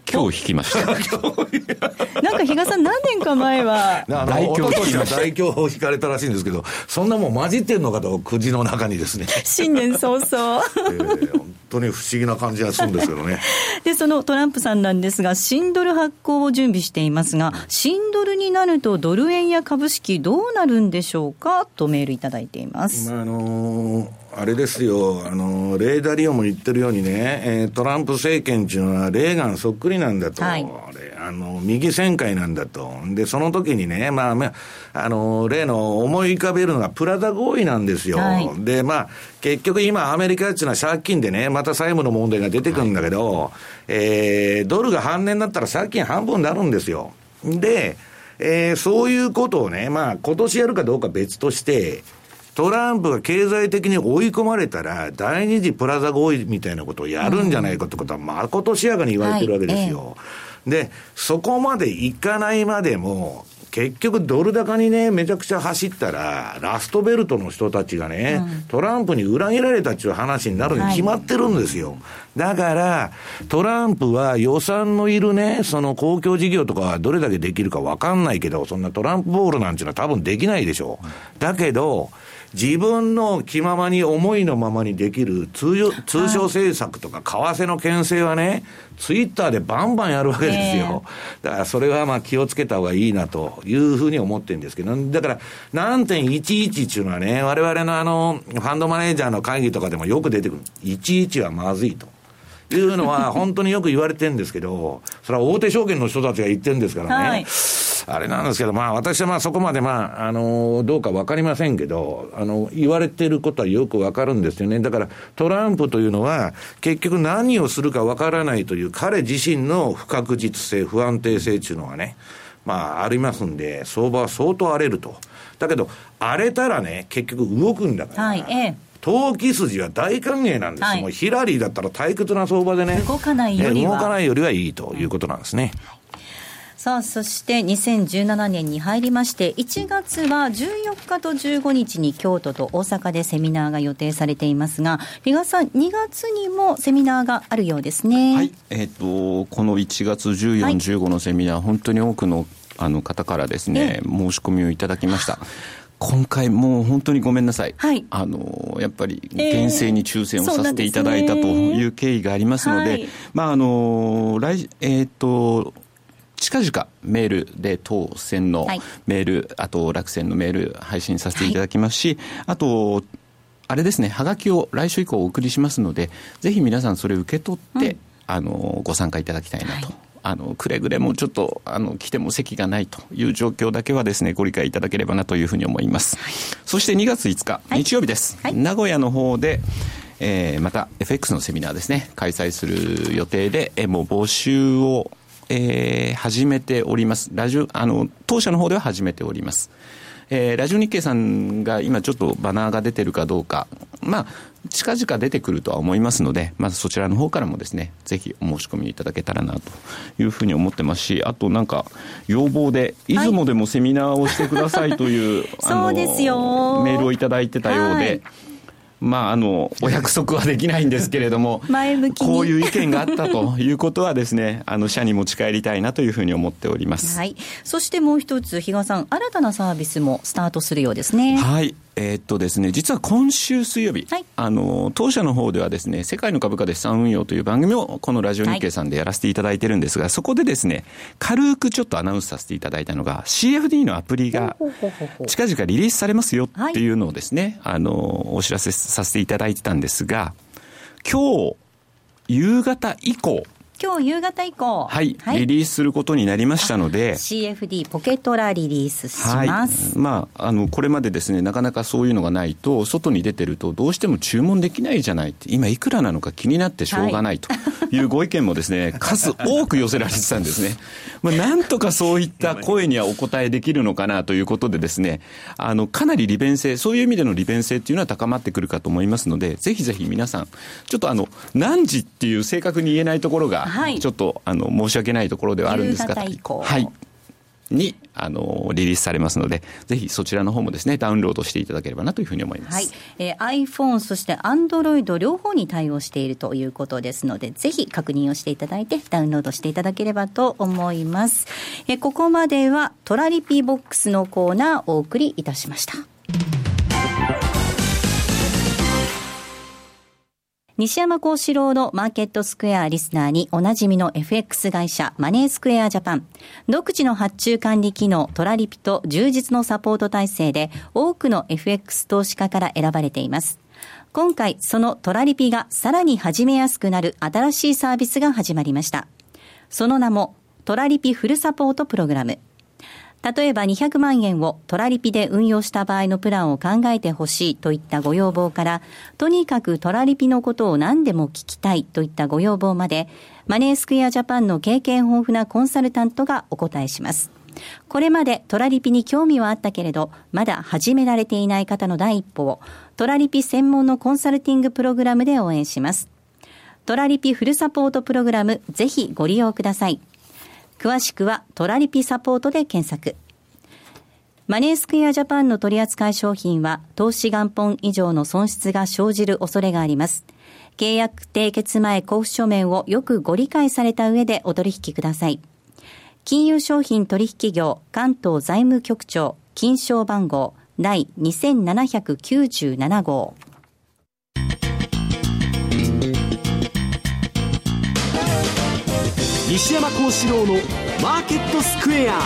きましたなんか比嘉さん何年か前は大凶を引大凶を引かれたらしいんですけど、そんなもん混じってんのかと、くじの中にですね新年早々、 えー、本当に不思議な感じがするんですけどねでそのトランプさんなんですが、新ドル発行を準備していますが、新ドルになるとドル円や株式どうなるんでしょうかとメールいただいています。 まああのーあれですよ、あのレーダーリオも言ってるようにね、えー、トランプ政権っていうのはレーガンそっくりなんだと、はい、あの右旋回なんだと。でその時にね、まあ、あの例の思い浮かべるのがプラザ合意なんですよ、はい、でまあ結局今アメリカっていうのは借金でね、また債務の問題が出てくるんだけど、はい、えー、ドルが半値になったら借金半分になるんですよ。で、えー、そういうことをね、まあ今年やるかどうか別として、トランプが経済的に追い込まれたら第二次プラザ合意みたいなことをやるんじゃないかってことはまことしやかに言われてるわけですよ、はいええ、でそこまでいかないまでも結局ドル高にねめちゃくちゃ走ったらラストベルトの人たちがね、うん、トランプに裏切られたっていう話になるに決まってるんですよ、はい、だからトランプは予算のいるねその公共事業とかはどれだけできるか分かんないけど、そんなトランプボールなんていうのは多分できないでしょう、うん、だけど自分の気ままに思いのままにできる通常、通商政策とか為替の牽制はね、ツイッターでバンバンやるわけですよ。だからそれはまあ気をつけた方がいいなというふうに思ってるんですけど、だから何てんいちいちっていうのはね、我々のあのファンドマネージャーの会議とかでもよく出てくる。いちいちはまずいというのは本当によく言われてるんですけど、それは大手証券の人たちが言ってるんですからね。はい、あれなんですけど、まあ私はまあそこまでまあ、あの、どうかわかりませんけど、あの、言われてることはよくわかるんですよね。だからトランプというのは結局何をするかわからないという彼自身の不確実性、不安定性っていうのはね、まあありますんで、相場は相当荒れると。だけど、荒れたらね、結局動くんだから。はい、ええ。投機筋は大歓迎なんです、はい、もうヒラリーだったら退屈な相場でね動かないよりは、 動かないよりはいいということなんですね、 はい、さあそしてにせんじゅうななねんに入りまして、いちがつはじゅうよっかとじゅうごにちに京都と大阪でセミナーが予定されていますが、比嘉さんにがつにもセミナーがあるようですね。 はい、えー、とこのいちがつじゅうよん、じゅうごのセミナー、本当に多くの、あの方からですね、申し込みをいただきました。今回もう本当にごめんなさい、はい、あのやっぱり厳正に抽選をさせていただいたという経緯がありますので、はい、まああの来えっ、ー、と近々メールで当選のメール、はい、あと落選のメール配信させていただきますし、はい、あとあれですね、はがきを来週以降お送りしますので、ぜひ皆さんそれを受け取って、うん、あのご参加いただきたいなと、はい、あのくれぐれもちょっとあの来ても席がないという状況だけはですね、ご理解いただければなというふうに思います、はい、そしてにがついつか、はい、日曜日です、はい、名古屋の方で、えー、また エフエックス のセミナーですね、開催する予定で、えー、もう募集を、えー、始めております。ラジオあの当社の方では始めております。えー、ラジオ日経さんが今ちょっとバナーが出てるかどうか、まあ近々出てくるとは思いますので、まずそちらの方からもですね、ぜひお申し込みいただけたらなというふうに思ってますし、あとなんか要望で出雲でもセミナーをしてくださいという、はい、あのそうですよ、 メールをいただいてたようで、はい、まあ、あのお約束はできないんですけれども前向きにこういう意見があったということはですね、あの社に持ち帰りたいなというふうに思っております、 はい、そしてもう一つ、比嘉さん、新たなサービスもスタートするようですね。 はい、えー、っとですね、実は今週水曜日、はい、あの当社の方ではですね、世界の株価で資産運用という番組をこのラジオ日経さんでやらせていただいてるんですが、はい、そこでですね、軽くちょっとアナウンスさせていただいたのが シーエフディー のアプリが近々リリースされますよっていうのをですね、はい、あのお知らせさせていただいてたんですが、今日夕方以降今日夕方以降、 はい、はい、リリースすることになりましたので、 シーエフディー ポケトラリリースします、 はい、まあ、あのこれまでですね、なかなかそういうのがないと、外に出てるとどうしても注文できないじゃないって、今いくらなのか気になってしょうがないというご意見もですね、はい、数多く寄せられてたんですね。まあ、なんとかそういった声にはお答えできるのかなということでですね、あのかなり利便性、そういう意味での利便性っていうのは高まってくるかと思いますので、ぜひぜひ皆さんちょっとあの何時っていう正確に言えないところが、はい、ちょっとあの申し訳ないところではあるんですが、 夕方以降、 はい、 にあのリリースされますので、ぜひそちらの方もですねダウンロードしていただければなというふうに思います。 はい、えー、iPhone そして Android 両方に対応しているということですので、ぜひ確認をしていただいてダウンロードしていただければと思います。えー、ここまではトラリピボックスのコーナーお送りいたしました。西山幸四郎のマーケットスクエアリスナーにおなじみの エフエックス 会社マネースクエアジャパン、独自の発注管理機能トラリピと充実のサポート体制で多くの エフエックス 投資家から選ばれています。今回そのトラリピがさらに始めやすくなる新しいサービスが始まりました。その名もトラリピフルサポートプログラム。例えばにひゃくまんえんをトラリピで運用した場合のプランを考えてほしいといったご要望から、とにかくトラリピのことを何でも聞きたいといったご要望まで、マネースクエアジャパンの経験豊富なコンサルタントがお答えします。これまでトラリピに興味はあったけれどまだ始められていない方の第一歩をトラリピ専門のコンサルティングプログラムで応援します。トラリピフルサポートプログラム、ぜひご利用ください。詳しくはトラリピサポートで検索。マネースクエアジャパンの取扱い商品は投資元本以上の損失が生じる恐れがあります。契約締結前交付書面をよくご理解された上でお取引ください。金融商品取引業関東財務局長金商番号第にせんななひゃくきゅうじゅうなな号。 西山幸四郎のマーケットスクエア。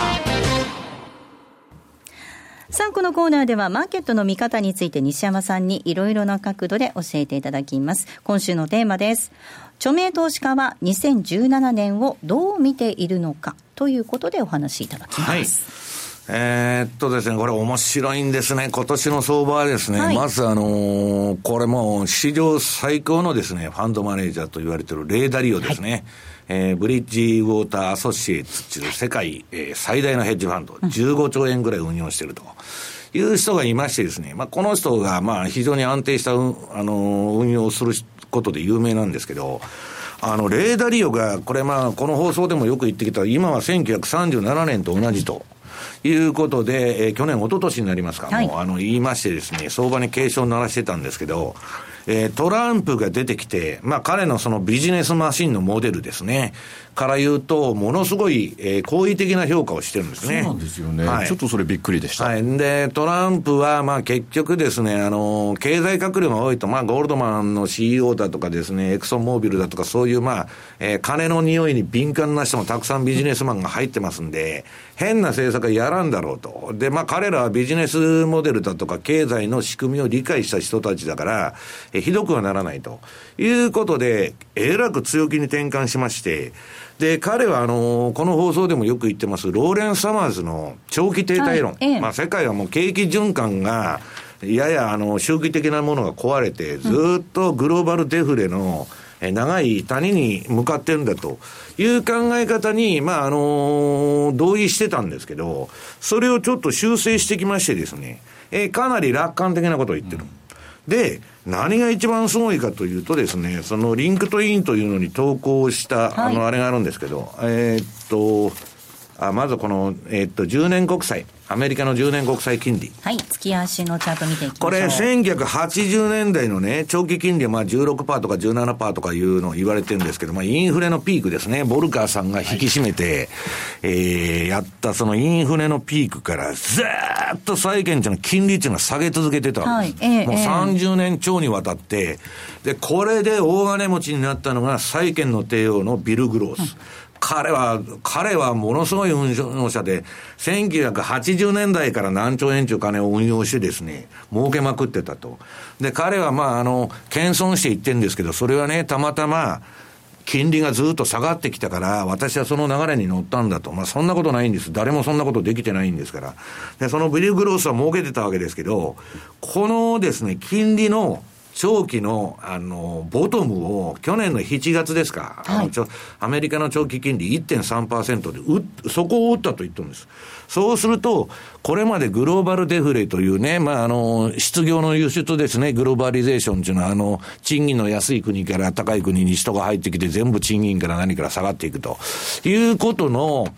さあ、このコーナーではマーケットの見方について西山さんにいろいろな角度で教えていただきます。今週のテーマです。著名投資家はにせんじゅうななねんをどう見ているのかということでお話しいただきます。はい、 えー、っとですね、これ面白いんですね。今年の相場はですね、はい、まずあのー、これもう史上最高のですね、ファンドマネージャーと言われているレイダリオですね。はい、えー、ブリッジウォーターアソシエイツっていう世界、えー、最大のヘッジファンド、じゅうごちょうえんぐらい運用しているという人がいましてですね、まあ、この人がまあ非常に安定した、あのー、運用をすることで有名なんですけど、あの、レイダリオが、これまあ、この放送でもよく言ってきた、今はせんきゅうひゃくさんじゅうななねんと同じと。いうことで、えー、去年、一昨年になりますか、はい、もうあの言いましてですね、相場に警鐘を鳴らしてたんですけど、えー、トランプが出てきて、まあ彼のそのビジネスマシンのモデルですね、から言うと、ものすごい、えー、好意的な評価をしてるんですね。 そうなんですよね。 はい、 ちょっとそれびっくりでした。 はい。で、トランプは、まあ結局ですね、あの、経済閣僚が多いと、まあゴールドマンの シーイーオー だとかですね、エクソンモービルだとか、そういう、まあ、えー、金の匂いに敏感な人もたくさんビジネスマンが入ってますんで、変な政策はやらんだろうと。で、まあ彼らはビジネスモデルだとか、経済の仕組みを理解した人たちだから、えー、ひどくはならないということで、えらく強気に転換しまして、で、彼はあの、この放送でもよく言ってます、ローレン・サマーズの長期停滞論。はい、まあ世界はもう景気循環が、ややあの、周期的なものが壊れて、ずっとグローバルデフレの、え長い谷に向かってるんだという考え方に、まああの、同意してたんですけど、それをちょっと修正してきましてですね、えかなり楽観的なことを言ってる。うん、で、何が一番すごいかというとですね、そのリンクトインというのに投稿した、はい、あの、あれがあるんですけど、えー、っと、あ、まずこの、えー、っと、じゅうねん国債。アメリカのじゅうねん国債金利。 はい、月足のチャート見ていきましょう。 これ、せんきゅうひゃくはちじゅうねんだいのね、長期金利はまあ じゅうろくパーセント とか じゅうななパーセント とかいうのを言われてるんですけど、まあインフレのピークですね。ボルカーさんが引き締めて、はい、えー、やったそのインフレのピークからずーっと債券地の金利っていうのは下げ続けてたわけです。はい、えー、もうさんじゅうねん超にわたって、で、これで大金持ちになったのが債券の帝王のビル・グロース。うん、彼は、彼はものすごい運用者で、せんきゅうひゃくはちじゅうねんだいから何兆円という金を運用してですね、儲けまくってたと。で、彼はまあ、あの、謙遜して言ってるんですけど、それはね、たまたま、金利がずっと下がってきたから、私はその流れに乗ったんだと。まあ、そんなことないんです。誰もそんなことできてないんですから。で、そのビル・グロースは儲けてたわけですけど、このですね、金利の、長期の、あの、ボトムを、去年のしちがつですか、はい、あのちょアメリカの長期金利 いってんさんパーセント でう、そこを打ったと言ってるんです。そうすると、これまでグローバルデフレというね、まあ、あの、失業の輸出ですね、グローバリゼーションというのは、あの、賃金の安い国から高い国に人が入ってきて、全部賃金から何から下がっていくということの、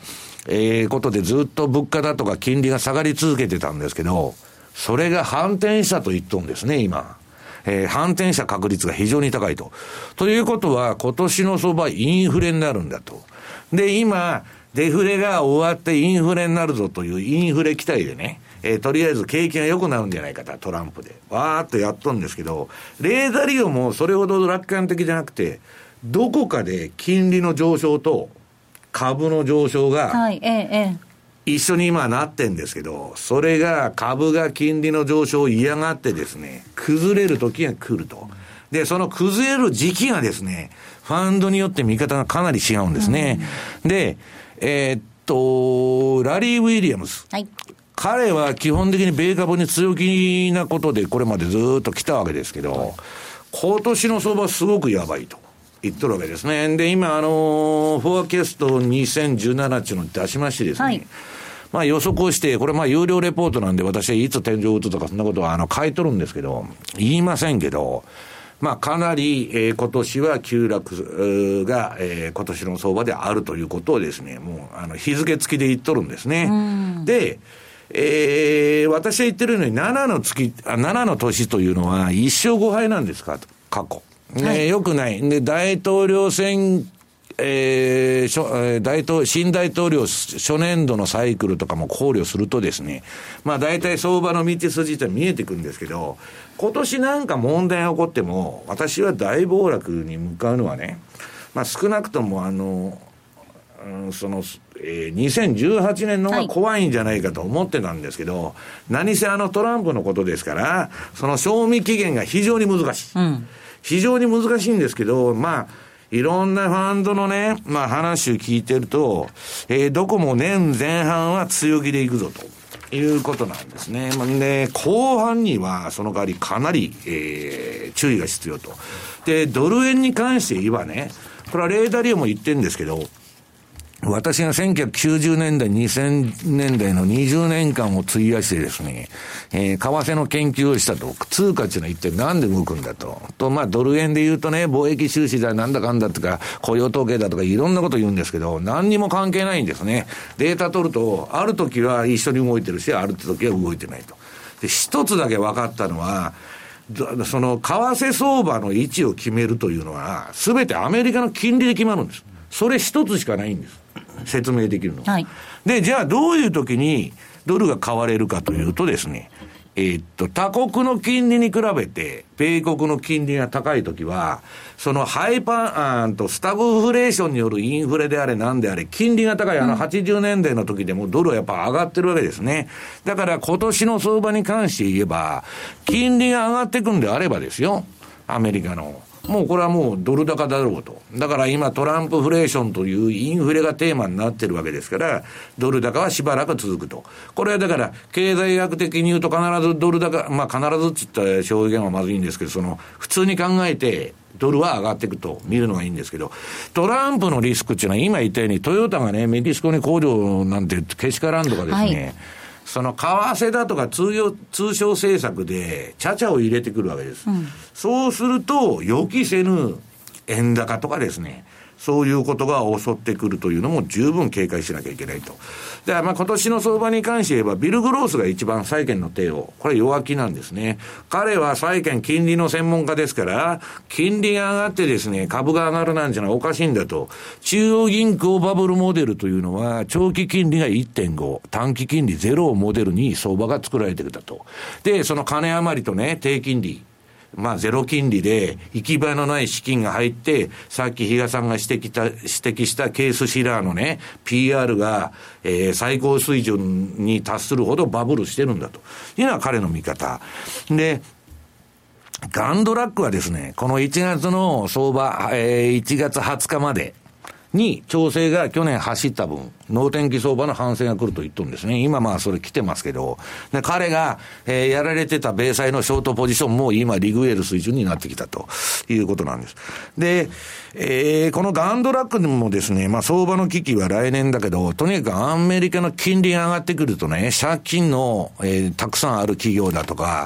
えー、ことでずっと物価だとか金利が下がり続けてたんですけど、それが反転したと言っとんですね、今。えー、反転した確率が非常に高いと。ということは、今年の相場インフレになるんだと。で、今、デフレが終わってインフレになるぞというインフレ期待でね、えー、とりあえず景気が良くなるんじゃないかと、トランプで。わーっとやっとんですけど、レーダー利用もそれほど楽観的じゃなくて、どこかで金利の上昇と株の上昇が、はい、ええ、ええ。一緒に今なってんですけど、それが株が金利の上昇を嫌がってですね、崩れる時が来ると。で、その崩れる時期がですね、ファンドによって見方がかなり違うんですね。うん、で、えー、っと、ラリー・ウィリアムス。はい。彼は基本的に米株に強気なことでこれまでずっと来たわけですけど、はい、今年の相場すごくやばいと言っとるわけですね。で、今、あの、フォアキャストにせんじゅうななっていうのを出しましてですね、はい、まあ予測をして、これまあ有料レポートなんで私はいつ天井を打つとかそんなことはあの書いとるんですけど、言いませんけど、まあかなり、えー、今年は急落が、えー、今年の相場であるということをですね、もうあの日付付きで言っとるんですね。で、えー、私は言ってるようにななの月、あ、ななの年というのはいっしょうごはいなんですかと、過去。ね、はい、よくない。で、大統領選えー、大統新大統領初年度のサイクルとかも考慮するとですね、まあ大体相場の道筋って見えてくるんですけど、今年なんか問題が起こっても、私は大暴落に向かうのはね、まあ少なくともあの、うん、その、えー、にせんじゅうはちねんの方が怖いんじゃないかと思ってたんですけど、はい、何せあのトランプのことですから、その賞味期限が非常に難しい。うん、非常に難しいんですけど、まあ、いろんなファンドのね、まあ話を聞いてると、えー、どこも年前半は強気でいくぞということなんですね。で、後半にはその代わりかなり、えー、注意が必要と。で、ドル円に関して言えばね、これはレーダー利用も言ってるんですけど、私がせんきゅうひゃくきゅうじゅうねんだい、にせんねんだいのにじゅうねんかんを費やしてですね、えー、為替の研究をしたと、通貨っていうのは一体なんで動くんだと。と、まあ、ドル円で言うとね、貿易収支だ、なんだかんだとか、雇用統計だとか、いろんなこと言うんですけど、何にも関係ないんですね。データ取ると、ある時は一緒に動いてるし、ある時は動いてないと。で、一つだけ分かったのは、その、為替相場の位置を決めるというのは、すべてアメリカの金利で決まるんです。それ一つしかないんです。説明できるの。はい。で、じゃあどういう時にドルが買われるかというとですね、えー、っと、他国の金利に比べて、米国の金利が高い時は、そのハイパー、あーと、スタグフレーションによるインフレであれなんであれ、金利が高い、あのはちじゅうねんだいの時でもドルはやっぱ上がってるわけですね。だから今年の相場に関して言えば、金利が上がっていくんであればですよ、アメリカの。もうこれはもうドル高だろうと。だから今トランプフレーションというインフレがテーマになってるわけですから、ドル高はしばらく続くと。これはだから経済学的に言うと必ずドル高、まあ必ずって言った表現はまずいんですけど、その普通に考えてドルは上がっていくと見るのがいいんですけど、トランプのリスクっていうのは今言ったようにトヨタがね、メキシコに工場なんてけしからんとかですね、はい、その為替だとか通用、通商政策でチャチャを入れてくるわけです。うん、そうすると予期せぬ円高とかですね、そういうことが襲ってくるというのも十分警戒しなきゃいけないと。ではまあ今年の相場に関して言えばビル・グロースが一番債券の手を、これ弱気なんですね。彼は債券金利の専門家ですから、金利が上がってですね、株が上がるなんてのはおかしいんだと。中央銀行バブルモデルというのは長期金利が いってんご、短期金利ゼロをモデルに相場が作られてきたと。で、その金余りとね、低金利。まあゼロ金利で行き場のない資金が入って、さっき比嘉さんが指摘た、指摘したケースシラーのね、ピーアール が、えー、最高水準に達するほどバブルしてるんだというのは彼の見方。で、ガンドラックはですね、このいちがつの相場、えー、いちがつはつかまでに調整が去年走った分、能天気相場の反省が来ると言っとるんですね。今まあそれ来てますけど、で彼が、えー、やられてた米債のショートポジションも今リグエル水準になってきたということなんです。で、えー、このガンドラックでもですね、まあ相場の危機は来年だけど、とにかくアメリカの金利が上がってくるとね、借金の、えー、たくさんある企業だとか、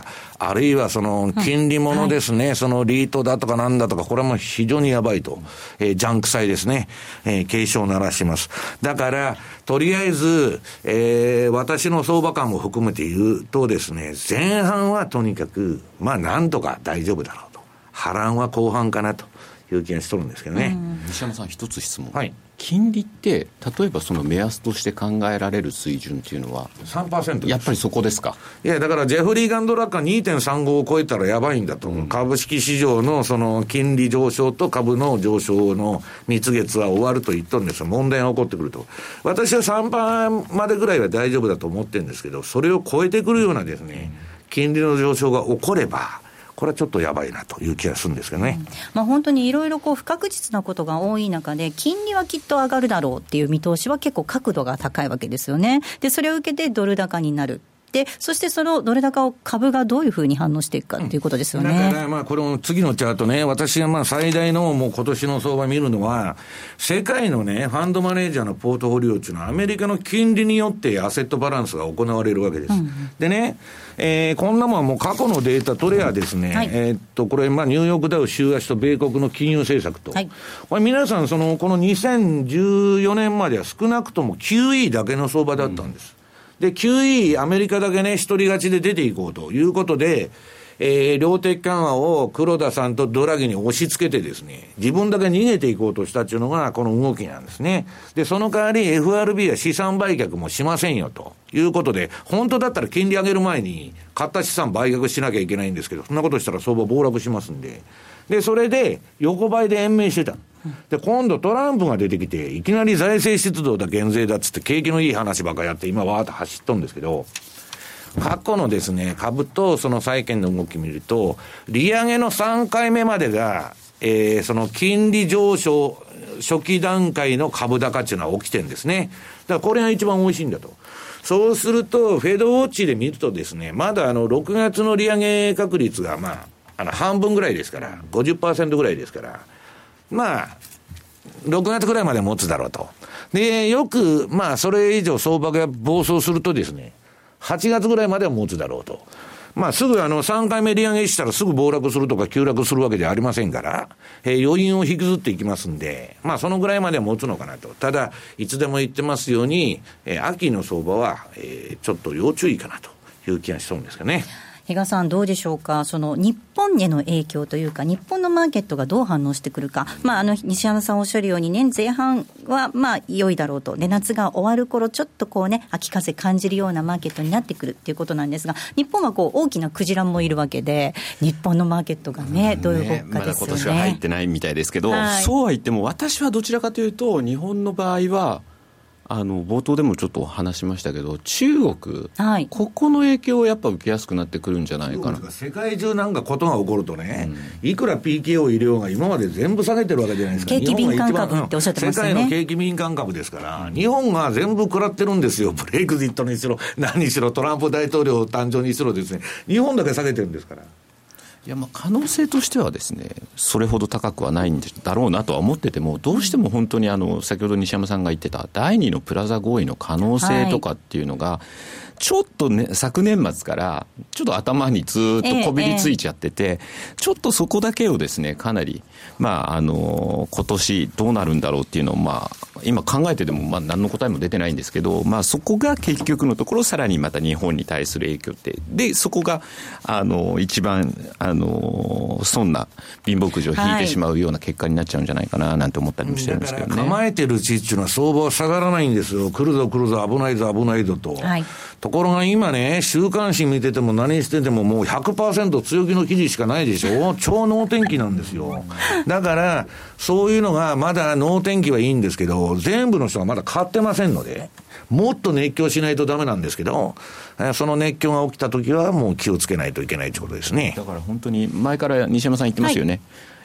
あるいはその金利ものですね、はい、そのリートだとかなんだとか、これも非常にやばいと、えー、ジャンク債ですね、えー、警鐘を鳴らします。だからとりあえず、えー、私の相場感も含めて言うとですね、前半はとにかくまあなんとか大丈夫だろうと、波乱は後半かなという気がしとるんですけどね。 西山さん一つ質問、 はい、 金利って例えばその目安として考えられる水準っていうのはさんパーセント です。 やっぱりそこですか。 いやだからジェフリー・ガンドラッカー にてんさんご を超えたらやばいんだと思う、うん、株式市場のその金利上昇と株の上昇の蜜月は終わると言っとるんですよ。問題が起こってくると、私は さんパーセント までぐらいは大丈夫だと思ってるんですけど、それを超えてくるようなですね、金利の上昇が起こればこれはちょっとやばいなという気がするんですけどね、うん、 まあ、本当にいろいろ不確実なことが多い中で金利はきっと上がるだろうっていう見通しは結構角度が高いわけですよね。でそれを受けてドル高になる。でそしてそのドル高を株がどういうふうに反応していくかということですよね、うん、 だからまあこの次のチャートね、私がまあ最大のもう今年の相場見るのは、世界のねファンドマネージャーのポートフォリオっていうのはアメリカの金利によってアセットバランスが行われるわけです、うんうん、でね、えー、こんなもんはもう過去のデータ取れやですね、はい、えー、っとこれまあニューヨークダウ週足と米国の金融政策と、はい、これ皆さんそのこのにせんじゅうよねんまでは少なくとも キューイー だけの相場だったんです、うん、で キューイー アメリカだけね一人勝ちで出ていこうということで、えー、量的緩和を黒田さんとドラギに押し付けてですね、自分だけ逃げていこうとしたっていうのがこの動きなんですね。でその代わり エフアールビー は資産売却もしませんよということで、本当だったら金利上げる前に買った資産売却しなきゃいけないんですけど、そんなことしたら相場暴落しますんで、でそれで横ばいで延命してた。で今度トランプが出てきていきなり財政出動だ減税だっつって景気のいい話ばっかやって今わーっと走っとんですけど、過去のですね株とその債券の動き見ると、利上げのさんかいめまでが、えー、その金利上昇初期段階の株高っていうのは起きてるんですね。だからこれが一番美味しいんだと。そうするとフェドウォッチで見るとですね、まだあのろくがつの利上げ確率がまああの半分ぐらいですから ごじゅっパーセント ぐらいですから、まあろくがつぐらいまで持つだろうと。でよくまあそれ以上相場が暴走するとですね、はちがつぐらいまでは持つだろうと。まあすぐあのさんかいめ利上げしたらすぐ暴落するとか急落するわけじゃありませんから、えー、余韻を引きずっていきますんで、まあそのぐらいまでは持つのかなと。ただいつでも言ってますように、えー、秋の相場は、えー、ちょっと要注意かなという気がしそうですかね。 比嘉さんどうでしょうか。その日本への影響というか、日本のマーケットがどう反応してくるか、まあ、あの西山さんおっしゃるように年前半はまあ良いだろうと、で夏が終わる頃ちょっとこうね秋風感じるようなマーケットになってくるっていうことなんですが、日本はこう大きなクジラもいるわけで、日本のマーケットがね、うん、どういう動くかですよね。 まだ今年は入ってないみたいですけど、はい、そうは言っても私はどちらかというと日本の場合はあの冒頭でもちょっと話しましたけど、中国、はい、ここの影響をやっぱ受けやすくなってくるんじゃないかな。 世界中なんかことが起こるとね、うん、いくら ピーケーオー 入れようが今まで全部下げてるわけじゃないですか。 景気敏感株っておっしゃってますよね。 世界の景気敏感株ですから、日本が全部食らってるんですよ。ブレイクジットにしろ何にしろトランプ大統領誕生にしろですね、日本だけ下げてるんですから。 いやまあ可能性としてはですね、それほど高くはないんだろうなとは思ってても、どうしても本当にあの先ほど西山さんが言ってただいにのプラザ合意の可能性とかっていうのが、ちょっとね昨年末からちょっと頭にずっとこびりついちゃってて、ええ、ちょっとそこだけをですねかなりまああの今年どうなるんだろうっていうのをまあ今考えててもまあ何の答えも出てないんですけど、まあそこが結局のところさらにまた日本に対する影響ってで、そこがあの一番あの損な貧乏くじを引いてしまうような結果になっちゃうんじゃないかななんて思ったりもしてるんですけどね。 だから構えてるうちっていうのは相場は下がらないんですよ。来るぞ来るぞ危ないぞ危ないぞと、はい、ところが今ね週刊誌見てても何しててももう ひゃくパーセント 強気の記事しかないでしょ。超能天気なんですよ。だからそういうのがまだ能天気はいいんですけど、全部の人がまだ買ってませんので、もっと熱狂しないとダメなんですけど、その熱狂が起きた時はもう気をつけないといけないということですね。 だから本当に前から西山さん言ってますよね、はい、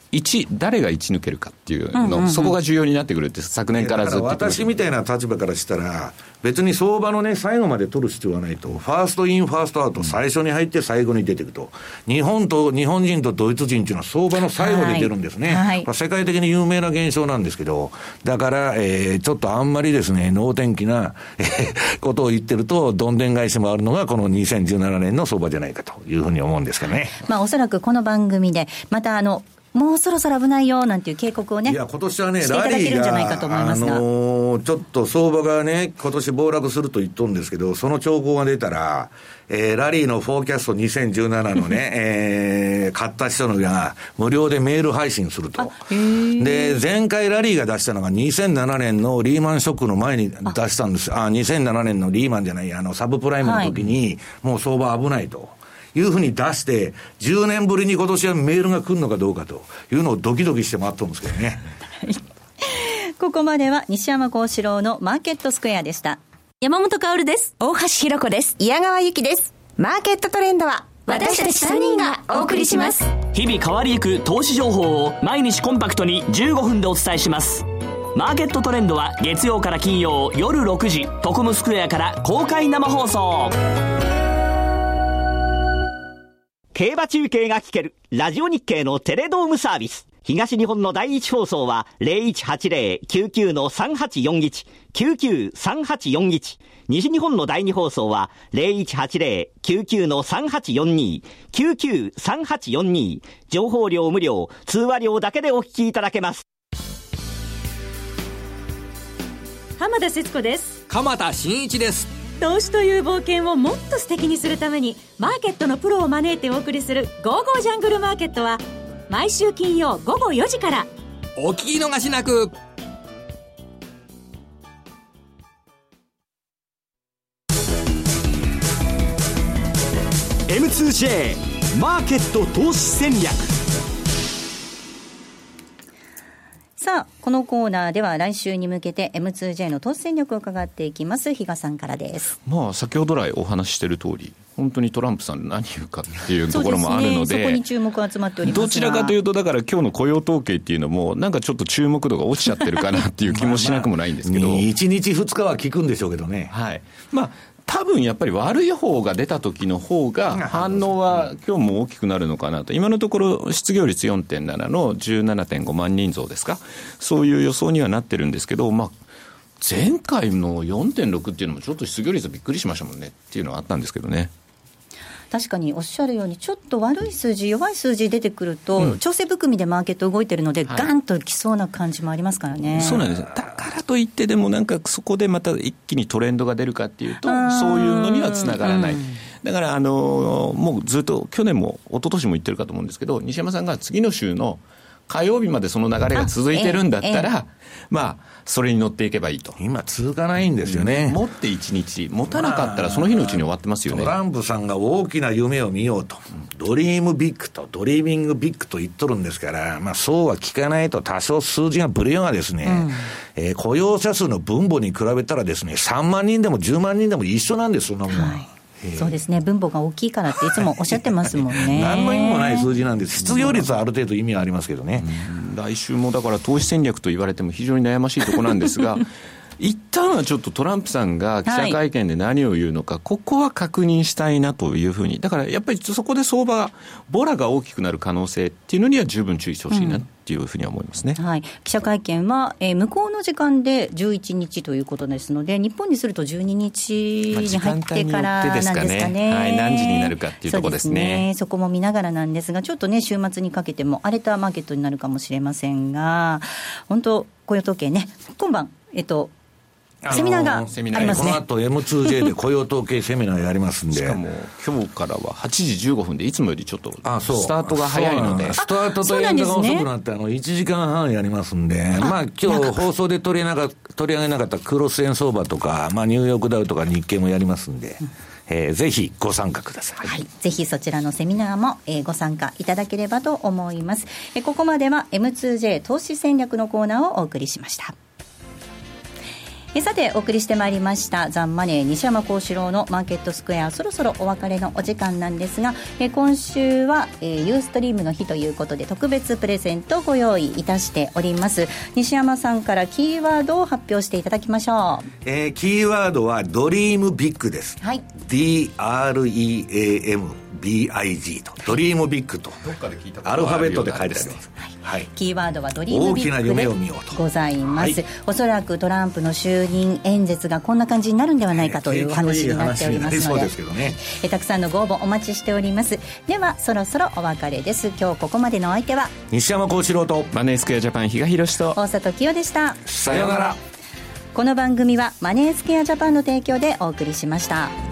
いち誰がいち抜けるかっていうの、うんうんうん、そこが重要になってくるって昨年からずっと私みたいな立場からしたら別に相場のね最後まで取る必要はないと。ファーストインファーストアウト、最初に入って最後に出ていくと。日本と日本人とドイツ人っていうのは相場の最後で出るんですね、はいはい、世界的に有名な現象なんですけど、だから、えー、ちょっとあんまりですね能天気な、えー、ことを言ってるとどんでん返しもあるのがこのにせんじゅうななねんの相場じゃないかというふうに思うんですかね。 まあおそらくこの番組でまたあのもうそろそろ危ないよなんていう警告をね、 いや今年はねしていただけるんじゃないかと思いますが、 あのー、ちょっと相場がね今年暴落すると言っとるんですけど、その兆候が出たら、えー、ラリーのフォーキャストにせんじゅうななのね、えー、買った人のが無料でメール配信すると。で前回ラリーが出したのがにせんななねんのリーマンショックの前に出したんです。ああにせんななねんのリーマンじゃないあのサブプライムの時に、はい、もう相場危ないというふうに出してじゅうねんぶりに今年はメールが来るのかどうかというのをドキドキして回ってるんですけどねここまでは西山幸四郎のマーケットスクエアでした。 山本香織です。 大橋ひろ子です。矢川由紀です。マーケットトレンドは私たちさんにんがお送りします。 日々変わりゆく投資情報を毎日コンパクトにじゅうごふんでお伝えします。マーケットトレンドは月曜から金曜夜ろくじトコムスクエアから公開生放送。競馬中継が聞けるラジオ日経のテレドームサービス。東日本の第一放送は ゼロいちはちゼロ きゅうきゅう さんはちよんいち きゅうきゅう さんはちよんいち。西日本の第二放送は ゼロいちはちゼロ きゅうきゅう さんはちよんに きゅうきゅう さんはちよんに。情報量無料、通話料だけでお聞きいただけます。 浜田節子です。 鎌田新一です。 投資という冒険をもっと素敵にするためにマーケットのプロを招いてお送りするゴーゴージャングルマーケットは毎週金曜午後よじから。 お聞き逃しなく。 エムツージェー マーケット投資戦略。 さあこのコーナーでは来週に向けて エムツージェー の投資戦略を伺っていきます。比嘉さんからです。 まあ先ほど来お話ししている通り本当にトランプさん何言うかっていうところもあるの で, で、ね、そこに注目が集まっておりますが、 どちらかというとだから今日の雇用統計っていうのもなんかちょっと注目度が落ちちゃってるかなっていう気もしなくもないんですけど、まあまあ、 いちにちふつかは効くんでしょうけどね。 はい。まあ多分やっぱり悪い方が出た時の方が反応は今日も大きくなるのかなと。今のところ失業率 よんてんなな の じゅうななてんごまんにん増ですか、そういう予想にはなってるんですけど、まあ前回の よんてんろく っていうのもちょっと失業率びっくりしましたもんねっていうのはあったんですけどね。 確かにおっしゃるようにちょっと悪い数字弱い数字出てくると、うん、調整含みでマーケット動いてるので、はい、ガンと来そうな感じもありますからね。 そうなんです。だからといってでもなんかそこでまた一気にトレンドが出るかっていうとそういうのにはつながらない。だからあのもうずっと去年も一昨年も言ってるかと思うんですけど、西山さんが次の週の火曜日までその流れが続いてるんだったら、えええ、まあそれに乗っていけばいいと。 今続かないんですよね。 持っていちにち持たなかったらその日のうちに終わってますよね。 トランプさんが大きな夢を見ようと、ドリームビッグとドリーミングビッグと言っとるんですから、まあそうは聞かないと多少数字がブレようがですね、うんえー、雇用者数の分母に比べたらですねさんまんにんでもじゅうまんにんでも一緒なんです。そんなもんは、はいそうですね。分母が大きいからっていつもおっしゃってますもんね。 何の意味もない数字なんです。失業率はある程度意味はありますけどね。 うん来週もだから投資戦略と言われても非常に悩ましいところなんですが一旦はちょっとトランプさんが記者会見で何を言うのか、はい、ここは確認したいなというふうに。だからやっぱりそこで相場ボラが大きくなる可能性っていうのには十分注意してほしいなっていうふうには思いますね、 うんはい、記者会見は、えー、向こうの時間でじゅういちにちということですので日本にするとじゅうににちに入ってからなんですかね、まあ、時間帯によってですかね、 はい、何時になるかっていうところですね。 そうですね。そこも見ながらなんですがちょっとね週末にかけても荒れたマーケットになるかもしれませんが本当雇用統計ね今晩えっとセミナーがありますね。 この後 エムツージェー で雇用統計セミナーやりますんでしかも今日からははちじじゅうごふんでいつもよりちょっとスタートが早いのでスタートとエンドが遅くなってあのいちじかんはんやりますんで、まあ今日放送で取り上げなか取り上げなかったクロス円相場とか、まあ、ニューヨークダウとか日経もやりますんで、えー、ぜひご参加ください、 はい、ぜひそちらのセミナーも、えー、ご参加いただければと思います、えー、ここまでは エムツージェー 投資戦略のコーナーをお送りしました。 えさてお送りしてまいりましたザンマネー西山幸四郎のマーケットスクエア、そろそろお別れのお時間なんですが、え今週は、えー、ユーストリームの日ということで特別プレゼントをご用意いたしております。西山さんからキーワードを発表していただきましょう。 えー、キーワードはドリームビッグです、 はい、 ディーアールイーエーエムビーアイジー とドリームビッグとアルファベットで書いてあります、 はいはい、キーワードはドリームビッグ大きな夢を見ようとございます、 はい、 おそらくトランプの就任演説がこんな感じになるんではないかというお話になっておりますので、 ね、 えたくさんのご応募お待ちしております。ではそろそろお別れです。今日ここまでのお相手は西山幸四郎とマネースクエアジャパン比嘉宏と大里清でした。 さようなら。 この番組はマネースクエアジャパンの提供でお送りしました。